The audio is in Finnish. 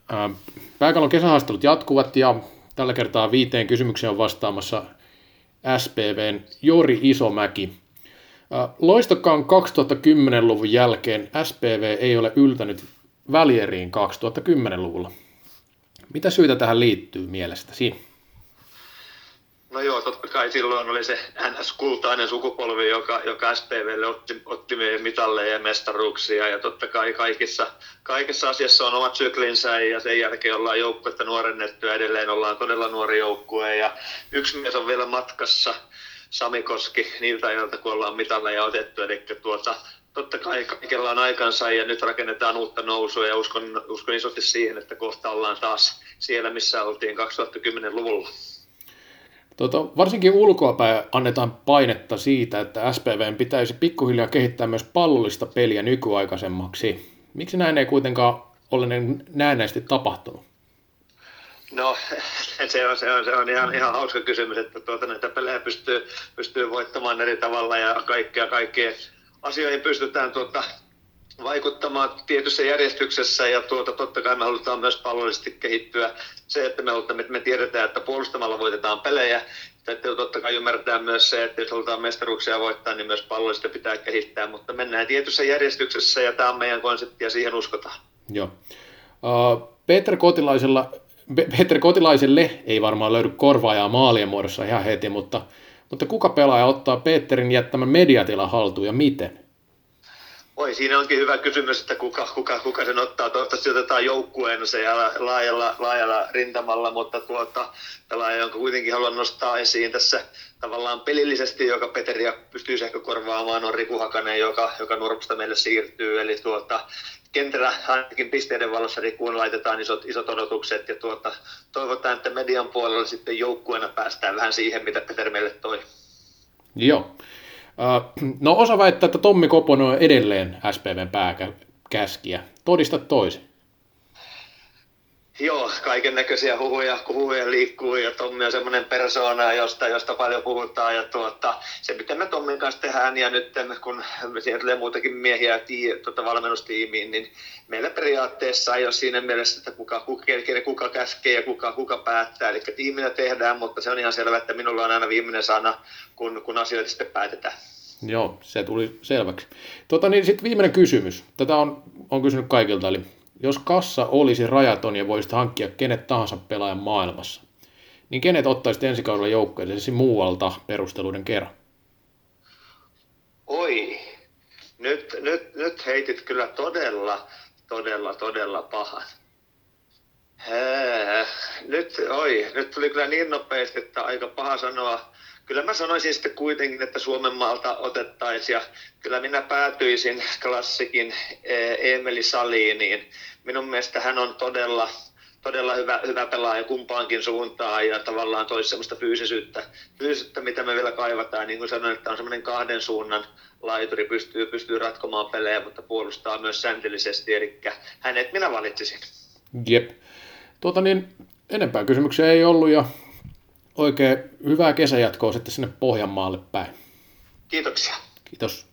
Pääkallon kesähaastattelut jatkuvat ja tällä kertaa 5 kysymykseen on vastaamassa SPVn Jori Isomäki. Loistokkaan 2010-luvun jälkeen SPV ei ole yltänyt välieriin 2010-luvulla. Mitä syitä tähän liittyy mielestäsi? No joo, totta kai silloin oli se NS-kultainen sukupolvi, joka SPVlle otti mitalleja ja mestaruuksia. Ja totta kai kaikessa asiassa on omat syklinsä ja sen jälkeen ollaan joukkuetta nuorennettu ja edelleen ollaan todella nuori joukkue. Ja yksi mies on vielä matkassa, Sami Koski, niiltä ajoilta kun ollaan mitalleja otettu. Eli totta kai kaikella on aikansa ja nyt rakennetaan uutta nousua ja uskon isosti siihen, että kohta ollaan taas siellä, missä oltiin 2010-luvulla. Varsinkin ulkoapäin annetaan painetta siitä, että SPVn pitäisi pikkuhiljaa kehittää myös pallollista peliä nykyaikaisemmaksi. Miksi näin ei kuitenkaan ole näennäisesti tapahtunut? No, se on ihan hauska kysymys, että näitä pelejä pystyy voittamaan eri tavalla ja kaikkeen asioihin pystytään vaikuttamaan tietyssä järjestyksessä ja totta kai me halutaan myös pallollisesti kehittyä. Se, että me tiedetään, että puolustamalla voitetaan pelejä. Täytyy totta kai ymmärtää myös se, että jos halutaan mestaruuksia voittaa, niin myös pallollista pitää kehittää. Mutta mennään tietyssä järjestyksessä ja tämä on meidän konsepti ja siihen uskotaan. Joo. Petri Kotilaiselle ei varmaan löydy korvaajaa maalien muodossa ihan heti, mutta kuka pelaaja ottaa Petterin jättämän mediatilan haltuun ja miten? Siinä onkin hyvä kysymys, että kuka sen ottaa. Toivottavasti otetaan joukkueen se laajalla rintamalla, mutta pelaaja, jonka kuitenkin haluan nostaa esiin tässä tavallaan pelillisesti, joka Peteriä pystyisi ehkä korvaamaan, on Riku Hakanen, joka Nurmesta meille siirtyy. Eli kentällä ainakin pisteiden valossa Rikuun laitetaan isot odotukset ja toivotaan, että median puolella sitten joukkueena päästään vähän siihen, mitä Peter meille toi. Joo. No osa väittää, että Tommi Koponen on edelleen SPVn pääkäskiä. Todista toisin. Joo, kaiken näköisiä huhuja liikkuu ja Tommi on semmoinen persoona, josta paljon puhutaan ja se mitä me Tommin kanssa tehdään ja nyt kun siihen tulee muutakin miehiä valmennustiimiin, niin meillä periaatteessa ei ole siinä mielessä, että kuka käskee ja kuka päättää, eli tiiminä tehdään, mutta se on ihan selvä, että minulla on aina viimeinen sana, kun asioita sitten päätetään. Joo, se tuli selväksi. Sitten viimeinen kysymys. Tätä on kysynyt kaikilta, eli jos kassa olisi rajaton ja voisit hankkia kenet tahansa pelaajan maailmassa, niin kenet ottaisit ensi kaudella joukkueellesi muualta perusteluiden kerran? Nyt heitit kyllä todella pahan. Nyt tuli kyllä niin nopeasti, että aika paha sanoa. Kyllä mä sanoisin sitten kuitenkin, että Suomen maalta otettaisiin ja kyllä minä päätyisin klassikin Eemeli Saliniin. Minun mielestä hän on todella hyvä pelaaja kumpaankin suuntaan ja tavallaan toisi semmoista fyysisyyttä, mitä me vielä kaivataan. Niin kuin sanoin, että on semmoinen 2 suunnan laituri, pystyy ratkomaan pelejä, mutta puolustaa myös säntillisesti, eli hänet minä valitsisin. Jep. Enempää kysymyksiä ei ollut ja oikein hyvää kesäjatkoa sitten sinne Pohjanmaalle päin. Kiitoksia. Kiitos.